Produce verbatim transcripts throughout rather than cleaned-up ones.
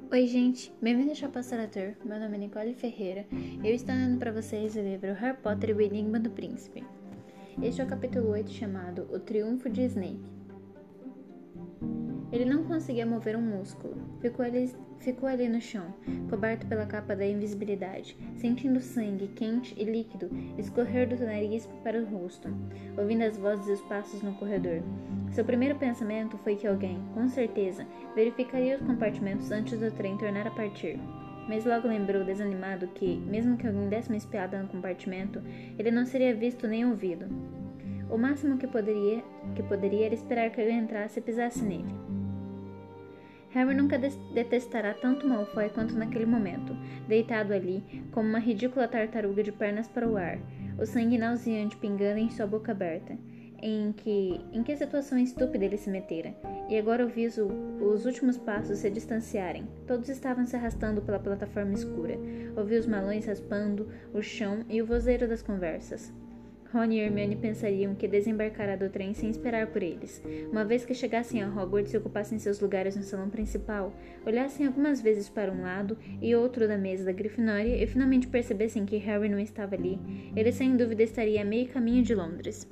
Oi gente, bem-vindos ao Pastora Tour. Meu nome é Nicole Ferreira e eu estou lendo para vocês o livro Harry Potter e o Enigma do Príncipe. Este é o capítulo oito chamado O Triunfo de Snape. Ele não conseguia mover um músculo, ficou ali, ficou ali no chão, coberto pela capa da invisibilidade, sentindo sangue quente e líquido escorrer do nariz para o rosto, ouvindo as vozes e os passos no corredor. Seu primeiro pensamento foi que alguém, com certeza, verificaria os compartimentos antes do trem tornar a partir. Mas logo lembrou, desanimado, que, mesmo que alguém desse uma espiada no compartimento, ele não seria visto nem ouvido. O máximo que poderia, que poderia era esperar que alguém entrasse e pisasse nele. Harry nunca detestará tanto Malfoy quanto naquele momento, deitado ali, como uma ridícula tartaruga de pernas para o ar, o sangue nauseante pingando em sua boca aberta. Em que, em que situação estúpida ele se metera? E agora ouvi os, os últimos passos se distanciarem. Todos estavam se arrastando pela plataforma escura. Ouvi os malões raspando o chão e o vozeiro das conversas. Rony e Hermione pensariam que desembarcara do trem sem esperar por eles. Uma vez que chegassem a Hogwarts e ocupassem seus lugares no salão principal, olhassem algumas vezes para um lado e outro da mesa da Grifinória e finalmente percebessem que Harry não estava ali, ele sem dúvida estaria a meio caminho de Londres.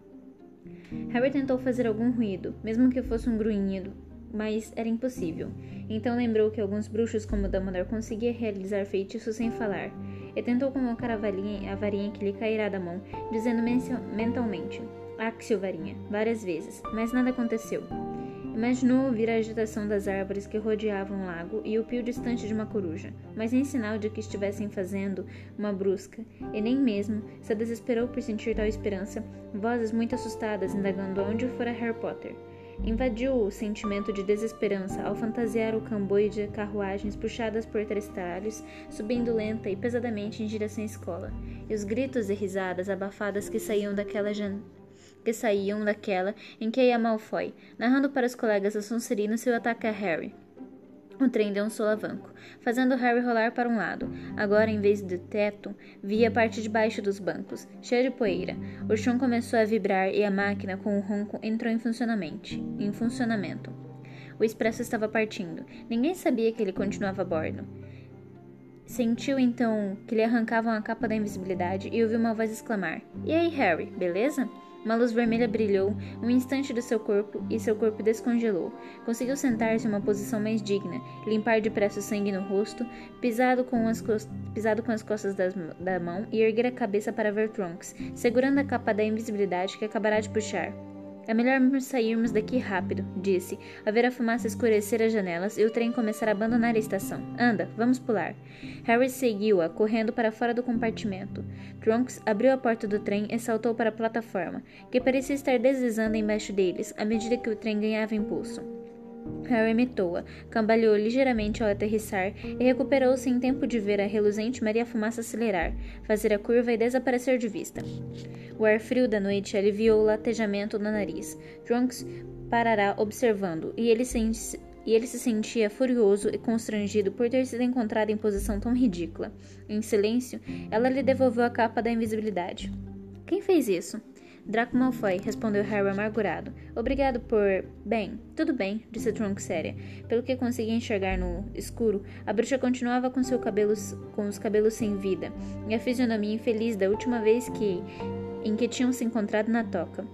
Harry tentou fazer algum ruído, mesmo que fosse um grunhido, mas era impossível. Então lembrou que alguns bruxos como Dumbledore conseguiam realizar feitiços sem falar, e tentou colocar a varinha, a varinha que lhe cairá da mão, dizendo mentalmente, Axio varinha, várias vezes, mas nada aconteceu. Imaginou ouvir a agitação das árvores que rodeavam o lago e o pio distante de uma coruja, mas nem sinal de que estivessem fazendo uma brusca, e nem mesmo se desesperou por sentir tal esperança, vozes muito assustadas indagando onde fora Harry Potter. Invadiu-o o sentimento de desesperança ao fantasiar o comboio de carruagens puxadas por trestalhos, subindo lenta e pesadamente em direção à escola, e os gritos e risadas abafadas que saíam daquela janela. que saíam daquela em que ia Malfoy, narrando para os colegas da Sonserina seu ataque a Harry. O trem deu um solavanco, fazendo Harry rolar para um lado. Agora, em vez do teto, via a parte de baixo dos bancos, cheia de poeira. O chão começou a vibrar e a máquina, com um ronco, entrou em funcionamento. Em funcionamento. O expresso estava partindo. Ninguém sabia que ele continuava a bordo. Sentiu então que lhe arrancavam a capa da invisibilidade e ouviu uma voz exclamar: "E aí, Harry, beleza?" Uma luz vermelha brilhou um instante do seu corpo e seu corpo descongelou. Conseguiu sentar-se em uma posição mais digna, limpar depressa o sangue no rosto, pisado com as, pisado com as costas das, da mão e erguer a cabeça para ver Trunks, segurando a capa da invisibilidade que acabará de puxar. É melhor sairmos daqui rápido, disse, ao ver a fumaça escurecer as janelas e o trem começar a abandonar a estação. Anda, vamos pular. Harry seguiu-a, correndo para fora do compartimento. Trunks abriu a porta do trem e saltou para a plataforma, que parecia estar deslizando embaixo deles à medida que o trem ganhava impulso. Harry imitou-a, cambaleou ligeiramente ao aterrissar e recuperou-se em tempo de ver a reluzente Maria Fumaça acelerar, fazer a curva e desaparecer de vista. O ar frio da noite aliviou o latejamento no nariz. Trunks parará observando, e ele, se, e ele se sentia furioso e constrangido por ter sido encontrado em posição tão ridícula. Em silêncio, ela lhe devolveu a capa da invisibilidade. Quem fez isso? Draco Malfoy, respondeu Harry amargurado. Obrigado por... Bem, tudo bem, disse Trunks séria. Pelo que conseguia enxergar no escuro, a bruxa continuava com, seu cabelo, com os cabelos sem vida, e a fisionomia infeliz da última vez que, em que tinham se encontrado na toca.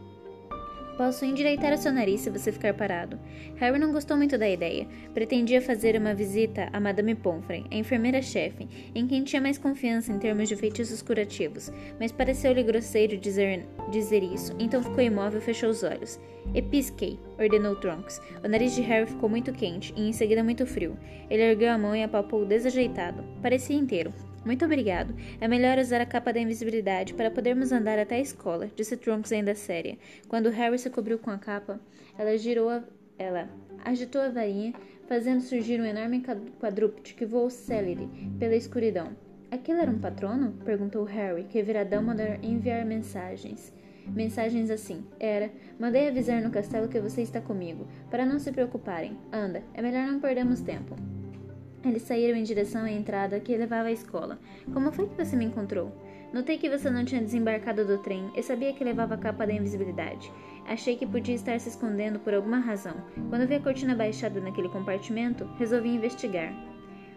Posso endireitar o seu nariz se você ficar parado. Harry não gostou muito da ideia. Pretendia fazer uma visita a Madame Pomfrey, a enfermeira-chefe, em quem tinha mais confiança em termos de feitiços curativos, mas pareceu-lhe grosseiro dizer, dizer isso, então ficou imóvel e fechou os olhos. Episquei, ordenou Trunks. O nariz de Harry ficou muito quente e em seguida muito frio. Ele ergueu a mão e apalpou desajeitado. Parecia inteiro. Muito obrigado. É melhor usar a capa da invisibilidade para podermos andar até a escola, disse Trunks ainda séria. Quando Harry se cobriu com a capa, ela girou a... ela agitou a varinha, fazendo surgir um enorme quadrúpede que voou célere pela escuridão. Aquilo era um patrono? Perguntou Harry, que vira Dumbledore enviar mensagens. Mensagens assim. Era, mandei avisar no castelo que você está comigo, para não se preocuparem. Anda, é melhor não perdermos tempo. Eles saíram em direção à entrada que levava à escola. Como foi que você me encontrou? Notei que você não tinha desembarcado do trem e sabia que levava a capa da invisibilidade. Achei que podia estar se escondendo por alguma razão. Quando vi a cortina baixada naquele compartimento, resolvi investigar.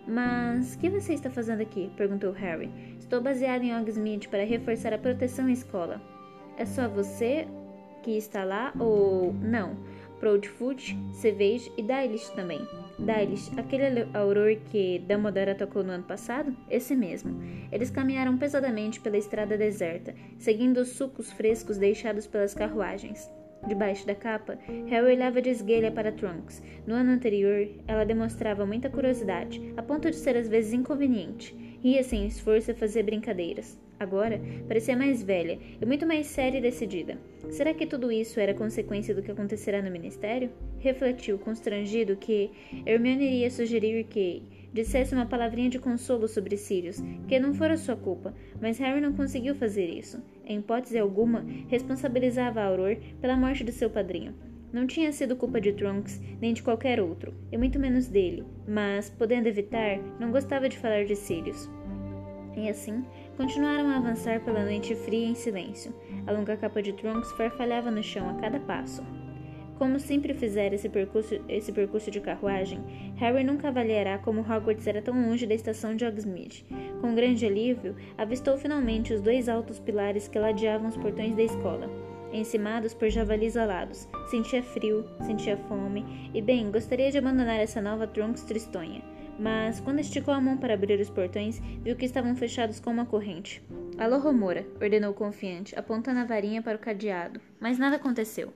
Mas, o que você está fazendo aqui? Perguntou Harry. Estou baseado em Hogsmeade para reforçar a proteção à escola. É só você que está lá ou... Não. Proudfoot, Savage e Dalish também. Dalish, aquele auror que Dumbledore atacou no ano passado? Esse mesmo. Eles caminharam pesadamente pela estrada deserta, seguindo os sucos frescos deixados pelas carruagens. Debaixo da capa, Harry olhava de esguelha para Trunks. No ano anterior, ela demonstrava muita curiosidade, a ponto de ser às vezes inconveniente. Ria sem esforço e fazia brincadeiras. Agora, parecia mais velha e muito mais séria e decidida. Será que tudo isso era consequência do que acontecerá no ministério? Refletiu, constrangido, que Hermione iria sugerir que dissesse uma palavrinha de consolo sobre Sirius, que não fora sua culpa, mas Harry não conseguiu fazer isso. Em hipótese alguma, responsabilizava a Auror pela morte de seu padrinho. Não tinha sido culpa de Trunks, nem de qualquer outro, e muito menos dele, mas, podendo evitar, não gostava de falar de Sirius. E assim, continuaram a avançar pela noite fria em silêncio. A longa capa de Trunks farfalhava no chão a cada passo. Como sempre fizera esse percurso, esse percurso de carruagem, Harry nunca avaliará como Hogwarts era tão longe da estação de Hogsmeade. Com grande alívio, avistou finalmente os dois altos pilares que ladeavam os portões da escola, encimados por javalis alados. Sentia frio, sentia fome, e bem, gostaria de abandonar essa nova Trunks tristonha. Mas, quando esticou a mão para abrir os portões, viu que estavam fechados com uma corrente. Alô, Romora, ordenou confiante, apontando a varinha para o cadeado. Mas nada aconteceu.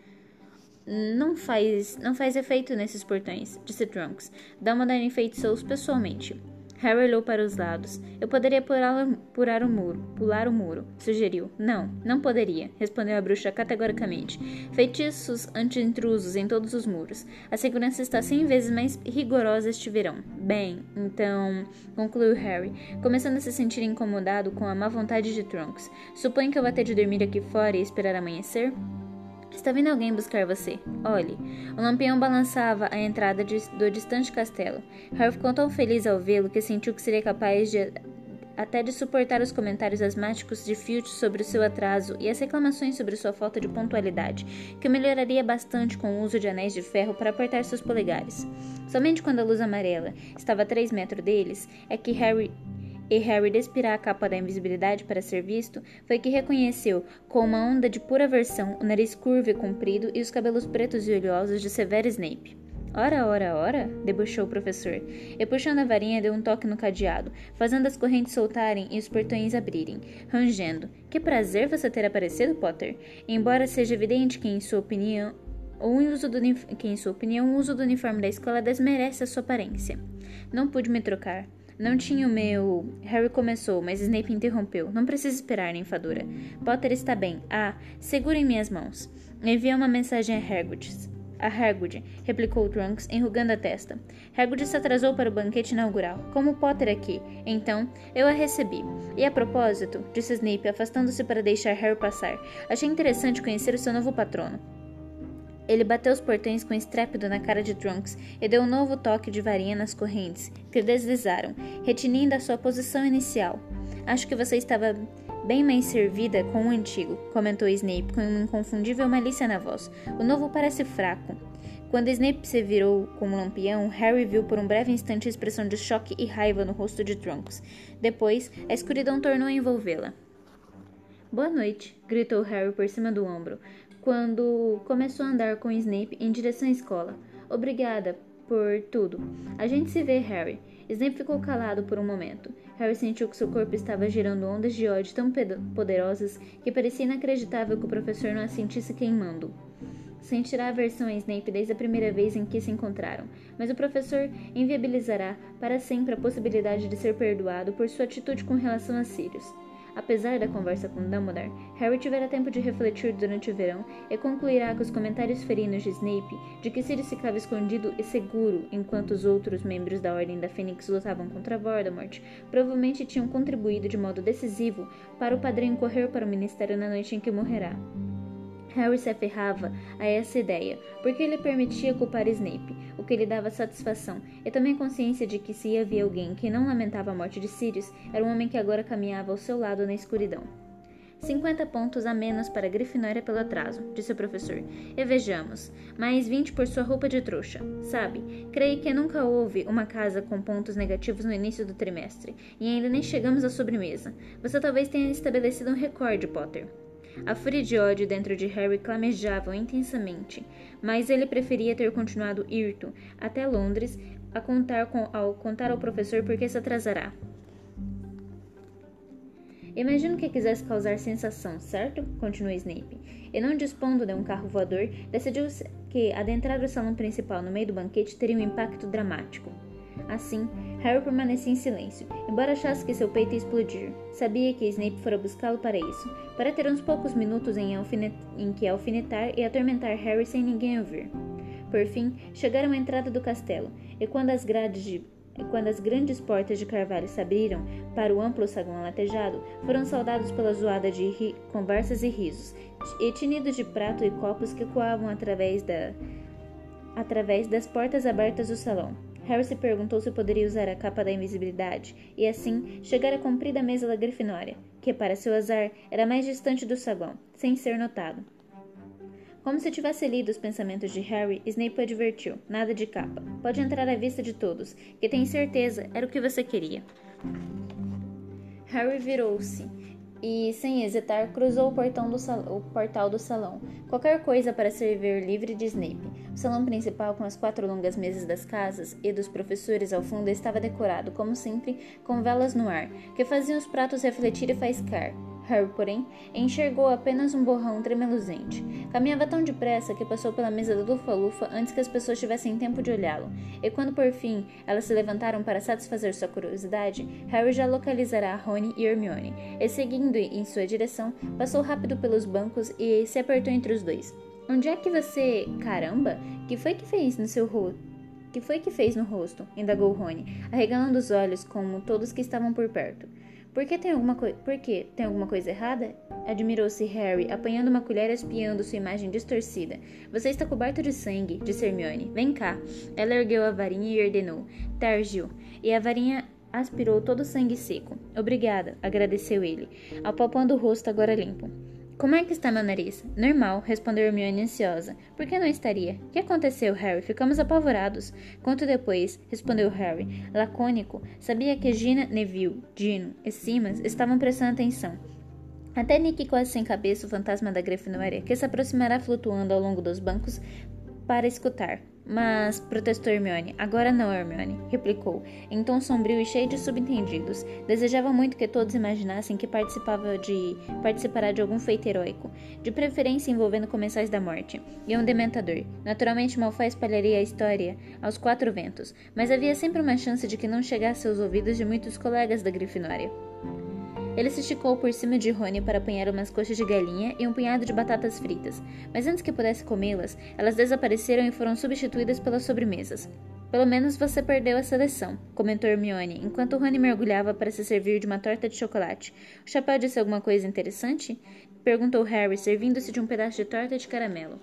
Não faz, não faz efeito nesses portões, disse Trunks. Dumbledore enfeitiçou-os pessoalmente. Harry olhou para os lados. Eu poderia pular, pular o muro, pular o muro, sugeriu. Não, não poderia, respondeu a bruxa categoricamente. Feitiços anti-intrusos em todos os muros. A segurança está cem vezes mais rigorosa este verão. Bem, então, concluiu Harry, começando a se sentir incomodado com a má vontade de Trunks. Suponho que eu vá ter de dormir aqui fora e esperar amanhecer? Está vindo alguém buscar você. Olhe. O lampião balançava à entrada de, do distante castelo. Harry ficou tão feliz ao vê-lo que sentiu que seria capaz de, até de suportar os comentários asmáticos de Filch sobre o seu atraso e as reclamações sobre sua falta de pontualidade, que melhoraria bastante com o uso de anéis de ferro para apertar seus polegares. Somente quando a luz amarela estava a três metros deles é que Harry... e Harry despirar a capa da invisibilidade para ser visto, foi que reconheceu, com uma onda de pura aversão, o nariz curvo e comprido e os cabelos pretos e oleosos de Severo Snape. Ora, ora, ora, debochou o professor, e puxando a varinha deu um toque no cadeado, fazendo as correntes soltarem e os portões abrirem, rangendo. Que prazer você ter aparecido, Potter! Embora seja evidente que, em sua opinião, o uso do, que, em sua opinião, o uso do uniforme da escola desmerece a sua aparência. Não pude me trocar. Não tinha o meu... Harry começou, mas Snape interrompeu. Não precisa esperar, ninfadora. Potter está bem. Ah, segurem minhas mãos. Enviei uma mensagem a Hagrid. A Hagrid, replicou Trunks, enrugando a testa. Hagrid se atrasou para o banquete inaugural. Como Potter aqui. Então, eu a recebi. E a propósito, disse Snape, afastando-se para deixar Harry passar. Achei interessante conhecer o seu novo patrono. Ele bateu os portões com estrépido na cara de Trunks e deu um novo toque de varinha nas correntes, que deslizaram, retinindo a sua posição inicial. Acho que você estava bem mais servida com o antigo, comentou Snape com uma inconfundível malícia na voz. O novo parece fraco. Quando Snape se virou com o lampião, Harry viu por um breve instante a expressão de choque e raiva no rosto de Trunks. Depois, a escuridão tornou a envolvê-la. Boa noite, gritou Harry por cima do ombro, quando começou a andar com Snape em direção à escola. Obrigada por tudo. A gente se vê, Harry. Snape ficou calado por um momento. Harry sentiu que seu corpo estava girando ondas de ódio tão poderosas que parecia inacreditável que o professor não a sentisse queimando. Sentirá aversão a Snape desde a primeira vez em que se encontraram, mas o professor inviabilizará para sempre a possibilidade de ser perdoado por sua atitude com relação a Sirius. Apesar da conversa com Dumbledore, Harry tivera tempo de refletir durante o verão e concluirá que os comentários ferinos de Snape de que Sirius ficava escondido e seguro enquanto os outros membros da Ordem da Fênix lutavam contra Voldemort provavelmente tinham contribuído de modo decisivo para o padrinho correr para o ministério na noite em que morrerá. Harry se aferrava a essa ideia, porque ele permitia culpar Snape, o que lhe dava satisfação, e também consciência de que se havia alguém que não lamentava a morte de Sirius, era um homem que agora caminhava ao seu lado na escuridão. Cinquenta pontos a menos para a Grifinória pelo atraso, disse o professor. E vejamos, mais vinte por sua roupa de trouxa. Sabe, creio que nunca houve uma casa com pontos negativos no início do trimestre, e ainda nem chegamos à sobremesa. Você talvez tenha estabelecido um recorde, Potter. A fúria de ódio dentro de Harry clamejava intensamente, mas ele preferia ter continuado hirto até Londres a contar com, ao contar ao professor por que se atrasará. Imagino que quisesse causar sensação, certo? Continuou Snape. E não dispondo de um carro voador, decidiu que adentrar o salão principal no meio do banquete teria um impacto dramático. Assim, Harry permanecia em silêncio, embora achasse que seu peito ia explodir. Sabia que Snape fora buscá-lo para isso, para ter uns poucos minutos em, alfinet... em que alfinetar e atormentar Harry sem ninguém ouvir. Por fim, chegaram à entrada do castelo, e quando as grades de Quando as grandes portas de carvalho se abriram para o amplo saguão alatejado, foram saudados pela zoada de ri... conversas e risos, e tinidos de prato e copos que ecoavam através, da... através das portas abertas do salão. Harry se perguntou se poderia usar a capa da invisibilidade, e assim chegar à comprida mesa da Grifinória, que, para seu azar, era mais distante do saguão, sem ser notado. Como se tivesse lido os pensamentos de Harry, Snape advertiu, nada de capa. Pode entrar à vista de todos, que tenho certeza era o que você queria. Harry virou-se e, sem hesitar, cruzou o, portão do sal... o portal do salão. Qualquer coisa para se ver livre de Snape. O salão principal, com as quatro longas mesas das casas e dos professores ao fundo, estava decorado, como sempre, com velas no ar, que faziam os pratos refletir e faiscar. Harry, porém, enxergou apenas um borrão tremeluzente. Caminhava tão depressa que passou pela mesa da Lufa-Lufa antes que as pessoas tivessem tempo de olhá-lo, e quando por fim elas se levantaram para satisfazer sua curiosidade, Harry já localizara Rony e Hermione, e seguindo em sua direção, passou rápido pelos bancos e se apertou entre os dois. Onde é que você... Caramba! Que foi que fez no seu rosto? Que foi que fez no rosto? Indagou Rony, arregalando os olhos como todos que estavam por perto. Por que tem alguma, co... por quê? Tem alguma coisa errada? Admirou-se Harry, apanhando uma colher e espiando sua imagem distorcida. Você está coberto de sangue, disse Hermione. Vem cá. Ela ergueu a varinha e ordenou. Targil. E a varinha aspirou todo o sangue seco. Obrigada, agradeceu ele, apalpando o rosto agora limpo. Como é que está meu nariz? Normal, respondeu Hermione ansiosa. Por que não estaria? O que aconteceu, Harry? Ficamos apavorados. Conto depois, respondeu Harry, lacônico. Sabia que Gina, Neville, Dino e Simas estavam prestando atenção. Até Nick, quase sem cabeça, o fantasma da Grifinória, que se aproximará flutuando ao longo dos bancos para escutar. Mas, protestou Hermione. Agora não, Hermione, replicou, em tom sombrio e cheio de subentendidos. Desejava muito que todos imaginassem que participava de, participará de algum feito heróico, de preferência envolvendo comensais da morte, e um dementador. Naturalmente, Malfoy espalharia a história aos quatro ventos, mas havia sempre uma chance de que não chegasse aos ouvidos de muitos colegas da Grifinória. Ele se esticou por cima de Rony para apanhar umas coxas de galinha e um punhado de batatas fritas, mas antes que pudesse comê-las, elas desapareceram e foram substituídas pelas sobremesas. Pelo menos você perdeu a seleção, comentou Hermione, enquanto Rony mergulhava para se servir de uma torta de chocolate. O chapéu disse alguma coisa interessante? Perguntou Harry, servindo-se de um pedaço de torta de caramelo.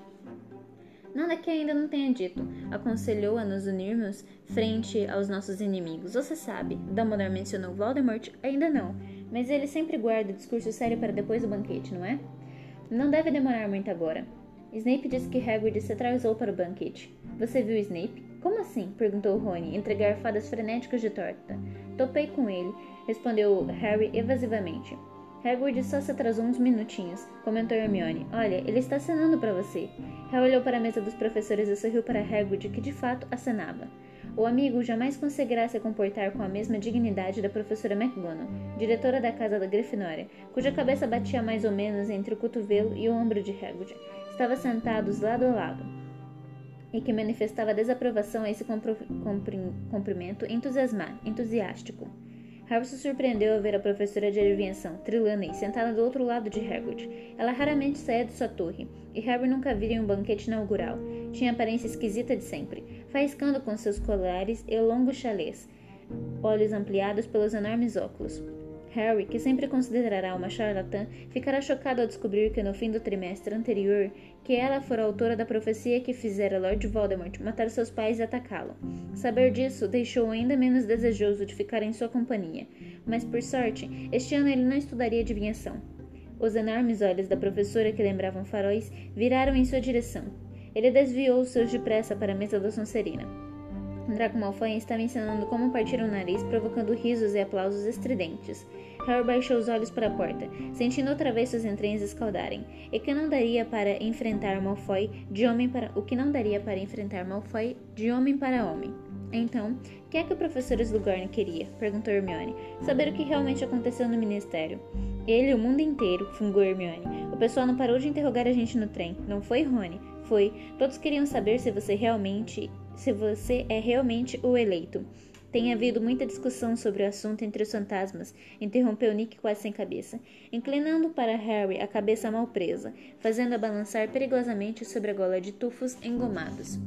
Nada que ainda não tenha dito. Aconselhou a nos unirmos frente aos nossos inimigos. Você sabe, Dumbledore mencionou Voldemort? Ainda não, mas ele sempre guarda o discurso sério para depois do banquete, não é? Não deve demorar muito agora. Snape disse que Hagrid se atrasou para o banquete. Você viu Snape? Como assim? Perguntou Rony, entre garfadas frenéticas de torta. Topei com ele, respondeu Harry evasivamente. Hagrid só se atrasou uns minutinhos, comentou Hermione. Olha, ele está acenando para você. Harry olhou para a mesa dos professores e sorriu para Hagrid, que de fato acenava. O amigo jamais conseguirá se comportar com a mesma dignidade da professora McGonagall, diretora da casa da Grifinória, cuja cabeça batia mais ou menos entre o cotovelo e o ombro de Hagrid. Estava sentados lado a lado, e que manifestava desaprovação a esse cumprimento entusiasmado, entusiástico. Harry se surpreendeu ao ver a professora de adivinhação, Trelawney, sentada do outro lado de Hagrid. Ela raramente saía de sua torre, e Harry nunca vira em um banquete inaugural. Tinha a aparência esquisita de sempre, faiscando com seus colares e longos chalés, olhos ampliados pelos enormes óculos. Harry, que sempre considerará uma charlatã, ficará chocado ao descobrir que no fim do trimestre anterior, que ela fora autora da profecia que fizera Lord Voldemort matar seus pais e atacá-lo. Saber disso deixou-o ainda menos desejoso de ficar em sua companhia, mas por sorte, este ano ele não estudaria adivinhação. Os enormes olhos da professora, que lembravam faróis, viraram em sua direção. Ele desviou os seus depressa para a mesa da Sonserina. Draco Malfoy estava ensinando como partir o nariz, provocando risos e aplausos estridentes. Harry baixou os olhos para a porta, sentindo outra vez suas entranhas escaldarem. E que não daria para enfrentar Malfoy de homem para o que não daria para enfrentar Malfoy de homem para homem. Então, o que é que o professor Slughorn queria? Perguntou Hermione. Saber o que realmente aconteceu no ministério. Ele e o mundo inteiro, fungou Hermione. O pessoal não parou de interrogar a gente no trem. Não foi, Rony? Foi. Todos queriam saber se você realmente, se você é realmente o eleito. Tem havido muita discussão sobre o assunto entre os fantasmas, interrompeu Nick quase sem cabeça, inclinando para Harry a cabeça mal presa, fazendo-a balançar perigosamente sobre a gola de tufos engomados.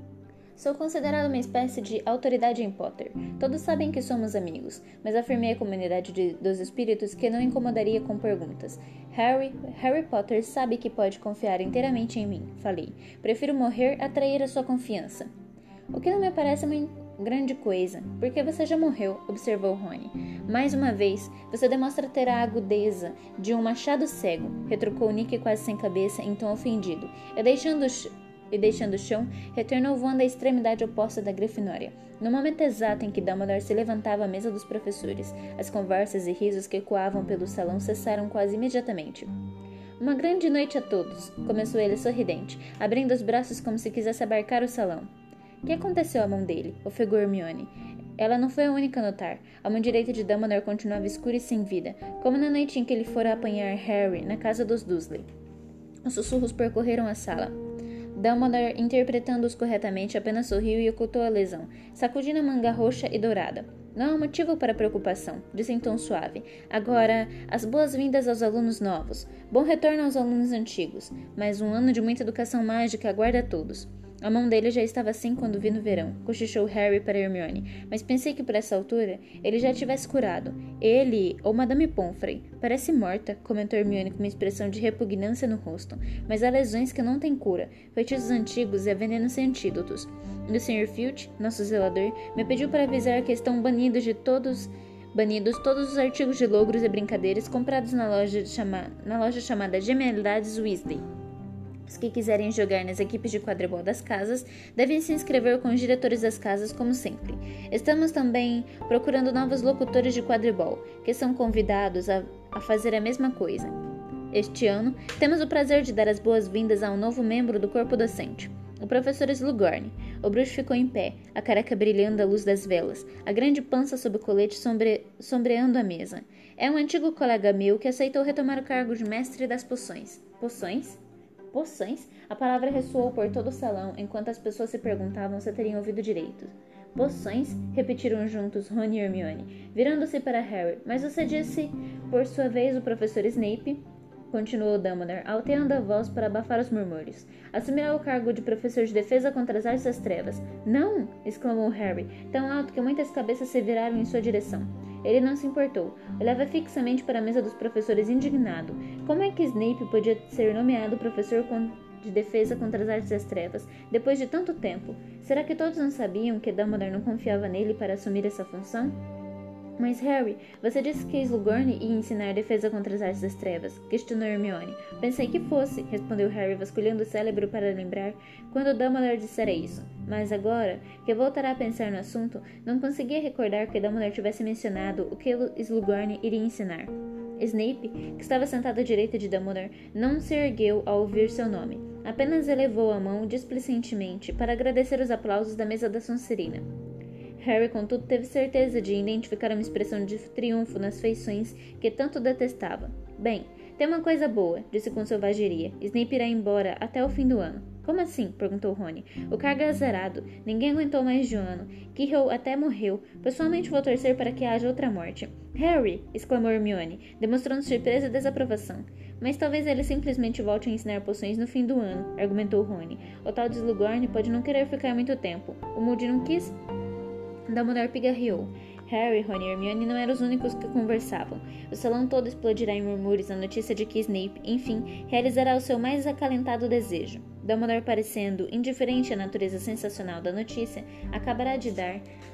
Sou considerado uma espécie de autoridade em Potter. Todos sabem que somos amigos, mas afirmei à comunidade de, dos espíritos que não incomodaria com perguntas. Harry, Harry Potter sabe que pode confiar inteiramente em mim, falei. Prefiro morrer a trair a sua confiança. O que não me parece uma grande coisa, porque você já morreu, observou Rony. Mais uma vez, você demonstra ter a agudeza de um machado cego, retrucou Nick quase sem cabeça, em tom ofendido, e deixando e deixando o chão, retornou voando à extremidade oposta da Grifinória. No momento exato em que Dumbledore se levantava à mesa dos professores, as conversas e risos que ecoavam pelo salão cessaram quase imediatamente. Uma grande noite a todos, começou ele sorridente, abrindo os braços como se quisesse abarcar o salão. O que aconteceu à mão dele? Ofegou Hermione. Ela não foi a única a notar. A mão direita de Dumbledore continuava escura e sem vida, como na noite em que ele fora apanhar Harry na casa dos Dursley. Os sussurros percorreram a sala. Dumbledore, interpretando-os corretamente, apenas sorriu e ocultou a lesão, sacudindo a manga roxa e dourada. Não há motivo para preocupação, disse em tom suave. Agora, as boas-vindas aos alunos novos. Bom retorno aos alunos antigos. Mais um ano de muita educação mágica aguarda a todos. A mão dele já estava assim quando vi no verão, cochichou Harry para Hermione, mas pensei que por essa altura ele já tivesse curado. Ele ou Madame Pomfrey. Parece morta, comentou Hermione com uma expressão de repugnância no rosto, mas há lesões que não têm cura, feitiços antigos e há venenos sem antídotos. E o senhor Filch, nosso zelador, me pediu para avisar que estão banidos de todos... Banidos todos os artigos de logros e brincadeiras comprados na loja, chama... na loja chamada Gemelidades Weasley. Os que quiserem jogar nas equipes de quadribol das casas devem se inscrever com os diretores das casas, como sempre. Estamos também procurando novos locutores de quadribol, que são convidados a, a fazer a mesma coisa. Este ano, temos o prazer de dar as boas-vindas a um novo membro do corpo docente, o professor Slughorn. O bruxo ficou em pé, a careca brilhando à luz das velas, a grande pança sob o colete sombre... sombreando a mesa. É um antigo colega meu que aceitou retomar o cargo de mestre das poções. Poções? Poções? A palavra ressoou por todo o salão, enquanto as pessoas se perguntavam se teriam ouvido direito. Poções? Repetiram juntos Rony e Hermione, virando-se para Harry. Mas você disse, por sua vez, o professor Snape... Continuou Dumbledore, alteando a voz para abafar os murmúrios. Assumirá o cargo de professor de defesa contra as artes das trevas. Não! Exclamou Harry, tão alto que muitas cabeças se viraram em sua direção. Ele não se importou. Olhava fixamente para a mesa dos professores indignado. Como é que Snape podia ser nomeado professor de defesa contra as artes das trevas, depois de tanto tempo? Será que todos não sabiam que Dumbledore não confiava nele para assumir essa função? Mas, Harry, você disse que Slughorn ia ensinar defesa contra as artes das trevas, questionou Hermione. Pensei que fosse, respondeu Harry, vasculhando o cérebro para lembrar quando Dumbledore dissera isso. Mas agora, que voltará a pensar no assunto, não conseguia recordar que Dumbledore tivesse mencionado o que Slughorn iria ensinar. Snape, que estava sentado à direita de Dumbledore, não se ergueu ao ouvir seu nome. Apenas elevou a mão displicentemente para agradecer os aplausos da mesa da Sonserina. Harry, contudo, teve certeza de identificar uma expressão de triunfo nas feições que tanto detestava. Bem, tem uma coisa boa, disse com selvageria. Snape irá embora até o fim do ano. Como assim? Perguntou Rony. O cargo é azarado. Ninguém aguentou mais de um ano. Quirrell até morreu. Pessoalmente vou torcer para que haja outra morte. Harry! Exclamou Hermione, demonstrando surpresa e desaprovação. Mas talvez ele simplesmente volte a ensinar poções no fim do ano, argumentou Rony. O tal de Slughorn pode não querer ficar muito tempo. O Moody não quis... Dumbledore pigarreou. Harry, Rony e Hermione não eram os únicos que conversavam. O salão todo explodirá em murmúrios na notícia de que Snape, enfim, realizará o seu mais acalentado desejo. Dumbledore, parecendo indiferente à natureza sensacional da notícia, acabará de dar...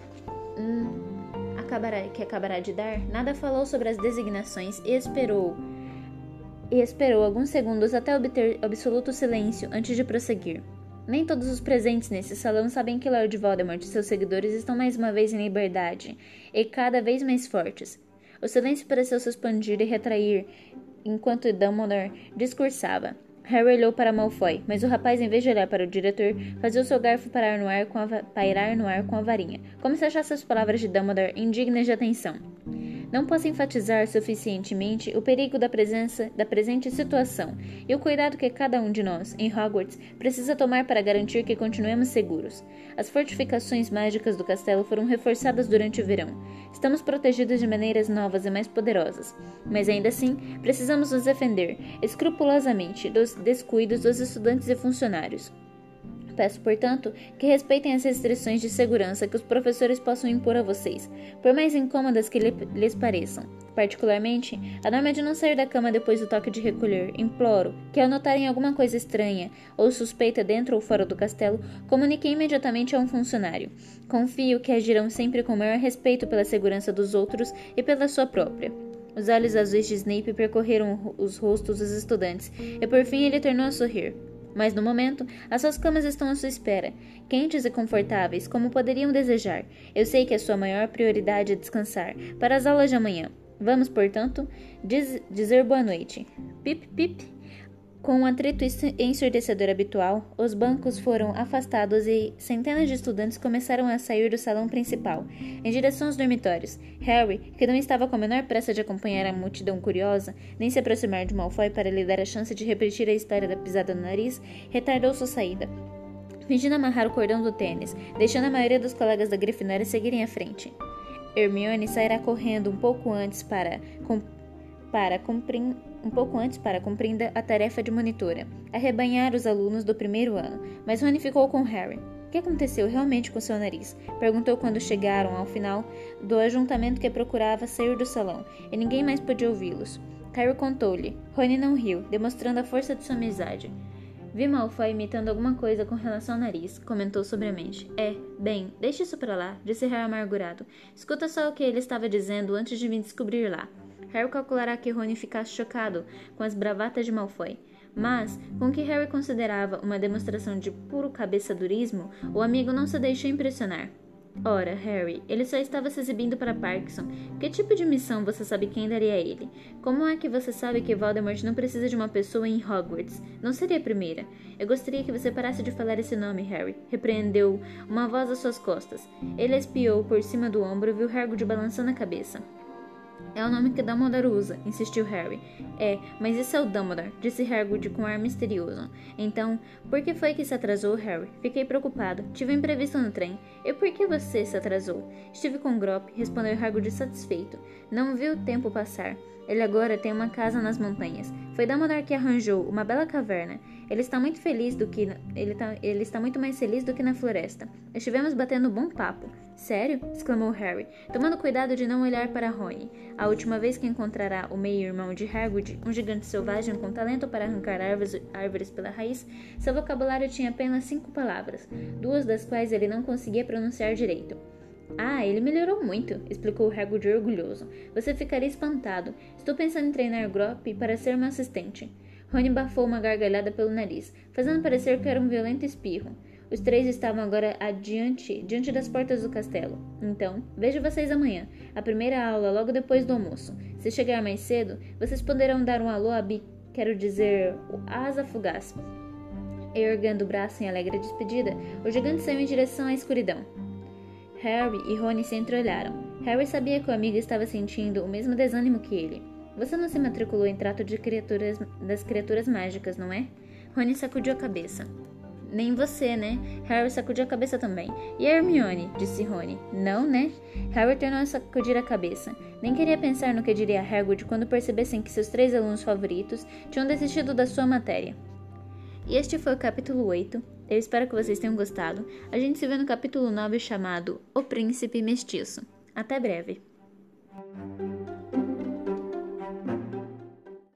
Hum, acabará, que acabará de dar, nada falou sobre as designações e esperou e esperou alguns segundos até obter absoluto silêncio antes de prosseguir. Nem todos os presentes nesse salão sabem que Lord Voldemort e seus seguidores estão mais uma vez em liberdade, e cada vez mais fortes. O silêncio pareceu se expandir e retrair enquanto Dumbledore discursava. Harry olhou para Malfoy, mas o rapaz, em vez de olhar para o diretor, fazia o seu garfo parar no ar com a pairar no ar com a varinha, como se achasse as palavras de Dumbledore indignas de atenção. Não posso enfatizar suficientemente o perigo da presença da presente situação e o cuidado que cada um de nós, em Hogwarts, precisa tomar para garantir que continuemos seguros. As fortificações mágicas do castelo foram reforçadas durante o verão. Estamos protegidos de maneiras novas e mais poderosas, mas ainda assim precisamos nos defender escrupulosamente dos descuidos dos estudantes e funcionários. Peço, portanto, que respeitem as restrições de segurança que os professores possam impor a vocês, por mais incômodas que lhes pareçam. Particularmente, a norma de não sair da cama depois do toque de recolher. Imploro que, ao notarem alguma coisa estranha ou suspeita dentro ou fora do castelo, comuniquem imediatamente a um funcionário. Confio que agirão sempre com o maior respeito pela segurança dos outros e pela sua própria. Os olhos azuis de Snape percorreram os rostos dos estudantes, e por fim ele tornou a sorrir. Mas no momento, as suas camas estão à sua espera, quentes e confortáveis, como poderiam desejar. Eu sei que a sua maior prioridade é descansar, para as aulas de amanhã. Vamos, portanto, diz, dizer boa noite. Pip, pip. Com o atrito ensurdecedor habitual, os bancos foram afastados e centenas de estudantes começaram a sair do salão principal, em direção aos dormitórios. Harry, que não estava com a menor pressa de acompanhar a multidão curiosa, nem se aproximar de Malfoy para lhe dar a chance de repetir a história da pisada no nariz, retardou sua saída, fingindo amarrar o cordão do tênis, deixando a maioria dos colegas da Grifinória seguirem à frente. Hermione sairá correndo um pouco antes para... Com, para cumprir... um pouco antes para cumprir a tarefa de monitora, arrebanhar os alunos do primeiro ano, mas Rony ficou com Harry. O que aconteceu realmente com seu nariz? Perguntou quando chegaram ao final do ajuntamento que procurava sair do salão, e ninguém mais podia ouvi-los. Harry contou-lhe. Rony não riu, demonstrando a força de sua amizade. Vi Malfoy imitando alguma coisa com relação ao nariz, comentou sobriamente. É, bem, deixe isso pra lá, disse Harry amargurado. Escuta só o que ele estava dizendo antes de me descobrir lá. Harry calculará que Rony ficasse chocado com as bravatas de Malfoy, mas, com o que Harry considerava uma demonstração de puro cabeçadurismo, o amigo não se deixou impressionar. Ora, Harry, ele só estava se exibindo para Parkinson. Que tipo de missão você sabe quem daria a ele? Como é que você sabe que Voldemort não precisa de uma pessoa em Hogwarts? Não seria a primeira. Eu gostaria que você parasse de falar esse nome, Harry, repreendeu uma voz às suas costas. Ele espiou por cima do ombro e viu Hagrid balançando a cabeça. É o nome que Dumbledore usa, insistiu Harry. É, mas isso é o Dumbledore, disse Hagrid com um ar misterioso. Então, por que foi que se atrasou, Harry? Fiquei preocupado. Tive um imprevisto no trem. E por que você se atrasou? Estive com Grop, respondeu Hagrid satisfeito. Não vi o tempo passar. Ele agora tem uma casa nas montanhas. Foi Dumbledore que arranjou uma bela caverna. Ele está muito feliz do que ele, tá, ele está muito mais feliz do que na floresta. Estivemos batendo um bom papo. Sério? Exclamou Harry, tomando cuidado de não olhar para Rony. A última vez que encontrará o meio-irmão de Hagrid, um gigante selvagem com talento para arrancar árvores, árvores pela raiz, seu vocabulário tinha apenas cinco palavras, duas das quais ele não conseguia pronunciar direito. Ah, ele melhorou muito, explicou Hagrid orgulhoso. Você ficaria espantado. Estou pensando em treinar Grop para ser meu assistente. Rony bafou uma gargalhada pelo nariz, fazendo parecer que era um violento espirro. Os três estavam agora adiante, diante das portas do castelo. Então, vejo vocês amanhã. A primeira aula logo depois do almoço. Se chegar mais cedo, vocês poderão dar um alô a Bi, quero dizer, o asa fugaz. Erguendo o braço em alegre despedida, o gigante saiu em direção à escuridão. Harry e Rony se entreolharam. Harry sabia que o amigo estava sentindo o mesmo desânimo que ele. Você não se matriculou em trato de criaturas, das criaturas mágicas, não é? Rony sacudiu a cabeça. Nem você, né? Harry sacudiu a cabeça também. E a Hermione? Disse Rony. Não, né? Harry tornou a sacudir a cabeça. Nem queria pensar no que diria Hagrid quando percebessem que seus três alunos favoritos tinham desistido da sua matéria. E este foi o capítulo oito. Eu espero que vocês tenham gostado. A gente se vê no capítulo nove chamado O Príncipe Mestiço. Até breve!